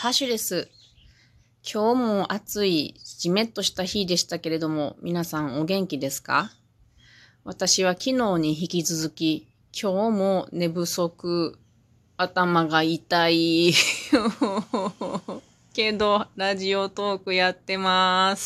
ハッシュです。今日も暑い、じめっとした日でしたけれども、皆さんお元気ですか？私は昨日に引き続き、今日も寝不足、頭が痛い。けど、ラジオトークやってます。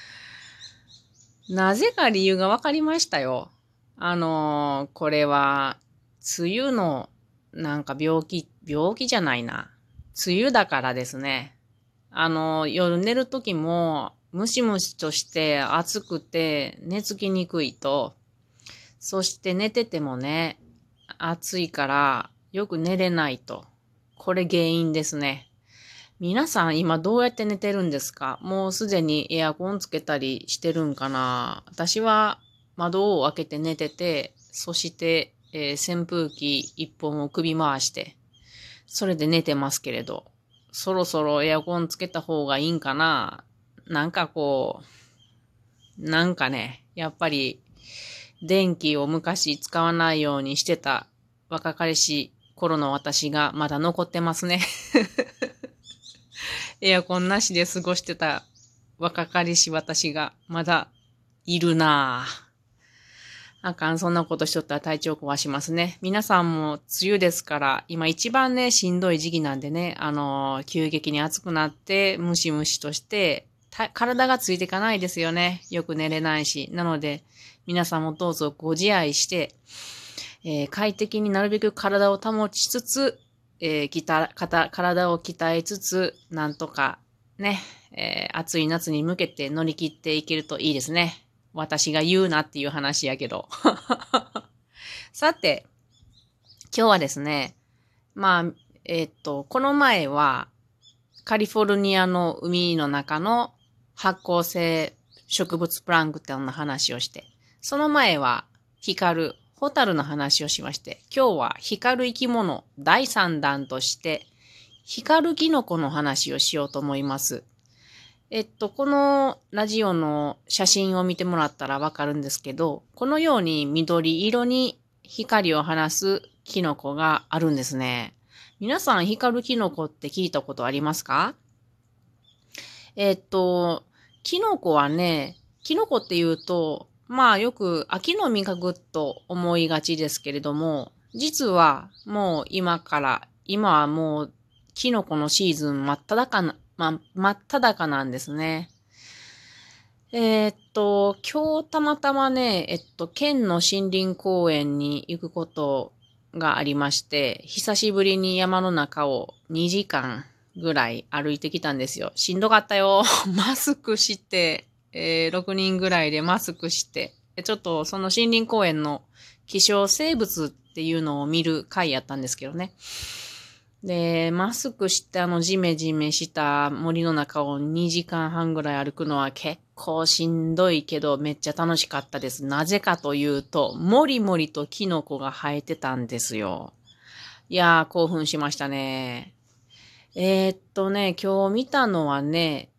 なぜか理由がわかりましたよ。これは、梅雨の、病気じゃないな。梅雨だからですね。夜寝るときも、ムシムシとして暑くて寝つきにくいと、そして寝ててもね、暑いからよく寝れないと。これ原因ですね。皆さん今どうやって寝てるんですか？もうすでにエアコンつけたりしてるんかな？私は窓を開けて寝てて、そして、扇風機一本を首回して、それで寝てますけれど、そろそろエアコンつけた方がいいんかな？なんかね、やっぱり電気を昔使わないようにしてた若かりし頃の私がまだ残ってますね。エアコンなしで過ごしてた若かりし私がまだいるなぁ。あかん、そんなことしとったら体調壊しますね。皆さんも梅雨ですから、今一番ね、しんどい時期なんでね、急激に暑くなって、ムシムシとして、体がついていかないですよね。よく寝れないし。なので、皆さんもどうぞご自愛して、快適になるべく体を保ちつつ、体を鍛えつつ、なんとかね、暑い夏に向けて乗り切っていけるといいですね。私が言うなっていう話やけど。さて、今日はですね、まあ、この前はカリフォルニアの海の中の発光性植物プランクトンの話をして、その前はホタルの話をしまして、今日は光る生き物第3弾として、光るキノコの話をしようと思います。このラジオの写真を見てもらったらわかるんですけど、このように緑色に光を放すキノコがあるんですね。皆さん光るキノコって聞いたことありますか？キノコはね、キノコって言うと、まあよく秋の味覚と思いがちですけれども、実はもう今はもうキノコのシーズン真っ只中なんですね。今日たまたまね、県の森林公園に行くことがありまして、久しぶりに山の中を2時間ぐらい歩いてきたんですよ。しんどかったよ。マスクして、6人ぐらいでマスクして、ちょっとその森林公園の希少生物っていうのを見る回やったんですけどね。で、マスクしてジメジメした森の中を2時間半ぐらい歩くのは結構しんどいけどめっちゃ楽しかったです。なぜかというと、もりもりとキノコが生えてたんですよ。いやー、興奮しましたね。今日見たのはね、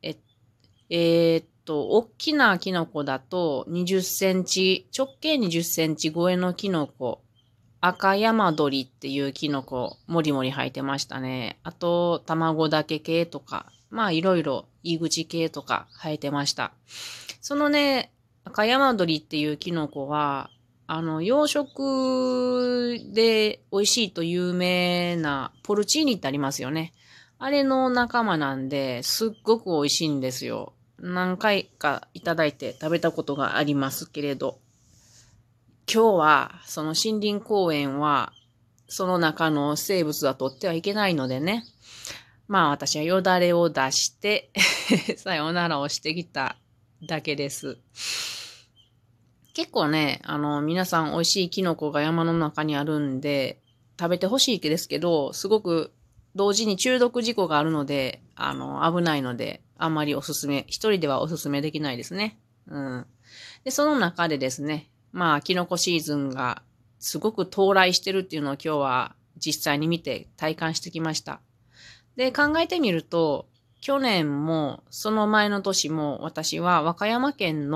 大きなキノコだと20センチ、直径20センチ超えのキノコ、赤山鳥っていうキノコ、もりもり生えてましたね。あと、卵だけ系とか、まあいろいろ、イグチ系とか生えてました。そのね、赤山鳥っていうキノコは、養殖で美味しいと有名なポルチーニってありますよね。あれの仲間なんで、すっごく美味しいんですよ。何回かいただいて食べたことがありますけれど。今日は、その森林公園は、その中の生物は取ってはいけないのでね。まあ私はよだれを出してさよならをしてきただけです。結構ね、皆さん美味しいキノコが山の中にあるんで、食べてほしいですけど、すごく同時に中毒事故があるので、危ないので、あんまり一人ではおすすめできないですね。うん。で、その中でですね、まあ、キノコシーズンがすごく到来してるっていうのを今日は実際に見て体感してきました。で、考えてみると、去年もその前の年も私は和歌山県の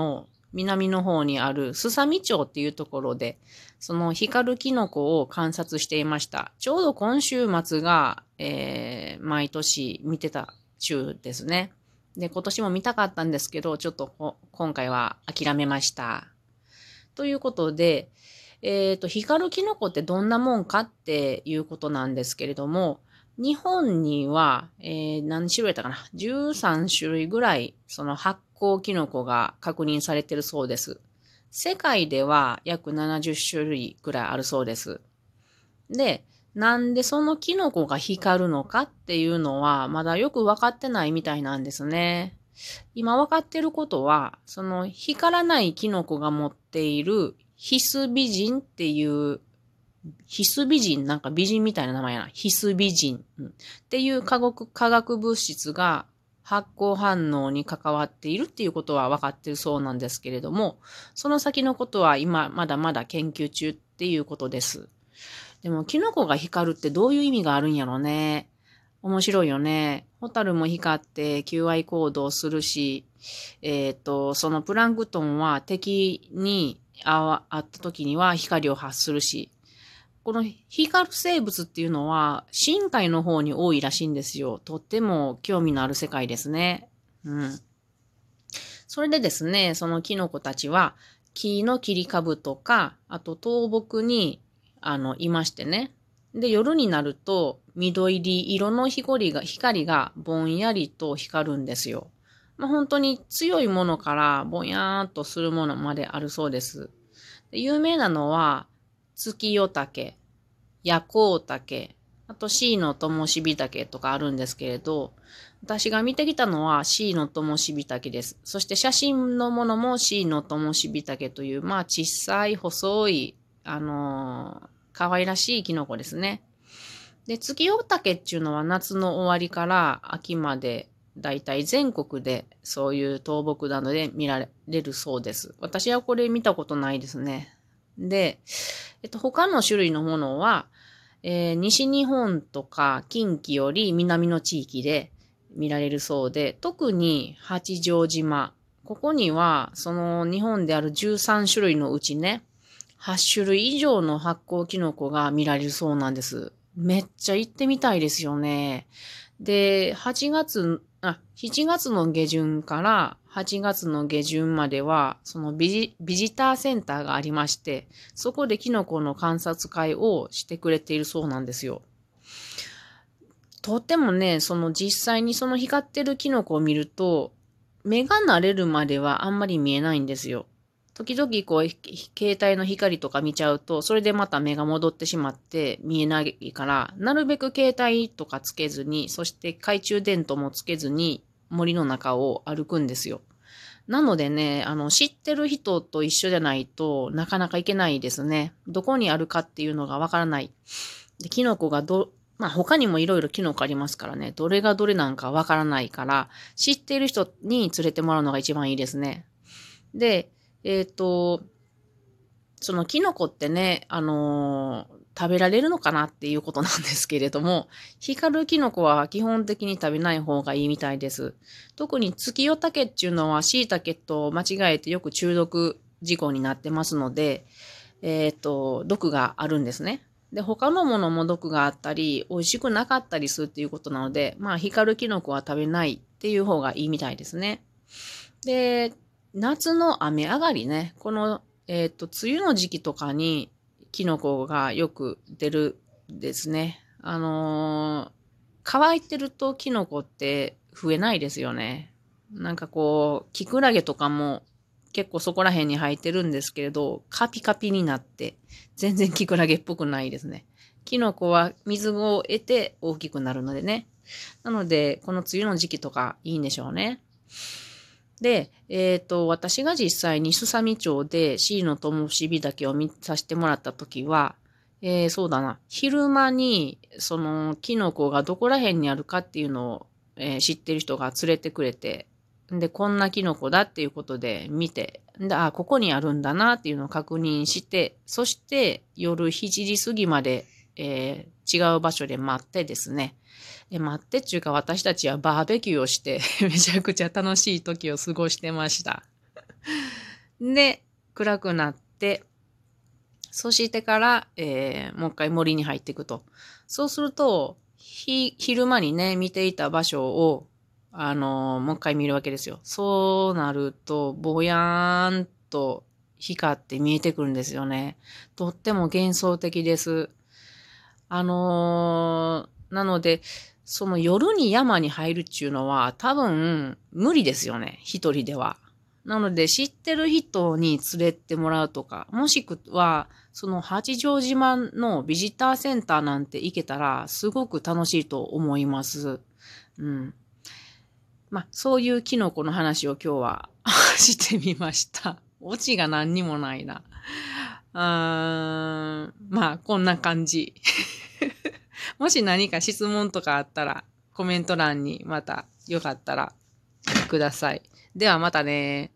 南の方にあるすさみ町っていうところで、その光るキノコを観察していました。ちょうど今週末が、毎年見てた週ですね。で、今年も見たかったんですけど、ちょっと今回は諦めました。ということで、光るキノコってどんなもんかっていうことなんですけれども、日本には、何種類だったかな ?13 種類ぐらい、その発酵キノコが確認されているそうです。世界では約70種類ぐらいあるそうです。で、なんでそのキノコが光るのかっていうのは、まだよくわかってないみたいなんですね。今わかってることは、その光らないキノコが持っているヒスビジンっていうヒスビジン、なんか美人みたいな名前やな。ヒスビジン、っていう化学物質が発酵反応に関わっているっていうことは分かっているそうなんですけれども、その先のことは今まだまだ研究中っていうことです。でも、キノコが光るってどういう意味があるんやろね。面白いよね。ホタルも光って求愛行動するし、そのプランクトンは敵に会った時には光を発するし、この光る生物っていうのは深海の方に多いらしいんですよ。とっても興味のある世界ですね。それでですね、そのキノコたちは木の切り株とか、あと倒木に、いましてね。で、夜になると緑色の光がぼんやりと光るんですよ。本当に強いものからぼんやーっとするものまであるそうです。で有名なのは、月夜竹、夜光竹、あと C の灯火竹とかあるんですけれど、私が見てきたのは C の灯火竹です。そして写真のものも C の灯火竹という、小さい細い、可愛らしいキノコですね。で、月夜竹っていうのは夏の終わりから秋までだいたい全国でそういう倒木などで見られるそうです。私はこれ見たことないですね。で、他の種類のものは、西日本とか近畿より南の地域で見られるそうで、特に八丈島、ここにはその日本である13種類のうちね、8種類以上の発酵キノコが見られるそうなんです。めっちゃ行ってみたいですよね。で、7月の下旬から8月の下旬までは、そのビジターセンターがありまして、そこでキノコの観察会をしてくれているそうなんですよ。とってもね、その実際にその光ってるキノコを見ると、目が慣れるまではあんまり見えないんですよ。時々こう、携帯の光とか見ちゃうと、それでまた目が戻ってしまって見えないから、なるべく携帯とかつけずに、そして懐中電灯もつけずに森の中を歩くんですよ。なのでね、知ってる人と一緒じゃないとなかなか行けないですね。どこにあるかっていうのがわからない。で、キノコが他にもいろいろキノコありますからね、どれがどれなんかわからないから、知っている人に連れてもらうのが一番いいですね。で、そのキノコってね、食べられるのかなっていうことなんですけれども、光るキノコは基本的に食べない方がいいみたいです。特に月夜竹っていうのは椎茸と間違えてよく中毒事故になってますので、毒があるんですね。で、他のものも毒があったり、美味しくなかったりするっていうことなので、光るキノコは食べないっていう方がいいみたいですね。で、夏の雨上がりね、この、梅雨の時期とかにキノコがよく出るですね。乾いてるとキノコって増えないですよね。なんかこう、キクラゲとかも結構そこら辺に生えてるんですけれど、カピカピになって、全然キクラゲっぽくないですね。キノコは水を得て大きくなるのでね。なので、この梅雨の時期とかいいんでしょうね。で、私が実際にすさみ町で C の灯火岳を見させてもらったときは、そうだな、昼間に、その、キノコがどこら辺にあるかっていうのを、知ってる人が連れてくれて、で、こんなキノコだっていうことで見て、で、ここにあるんだなっていうのを確認して、そして夜7時過ぎまで、違う場所で待ってですね、待ってっていうか私たちはバーベキューをしてめちゃくちゃ楽しい時を過ごしてました。 で、暗くなって、そしてから、もう一回森に入っていくと。そうすると、昼間にね、見ていた場所を、もう一回見るわけですよ。そうなると、ぼやーんと光って見えてくるんですよね。とっても幻想的です。なので、その夜に山に入るっていうのは多分無理ですよね。一人では。なので、知ってる人に連れてもらうとか、もしくは、その八丈島のビジターセンターなんて行けたら、すごく楽しいと思います。うん。まあ、そういうキノコの話を今日はしてみました。オチが何にもないな。まあ、こんな感じ。もし何か質問とかあったら、コメント欄にまたよかったらください。ではまたね。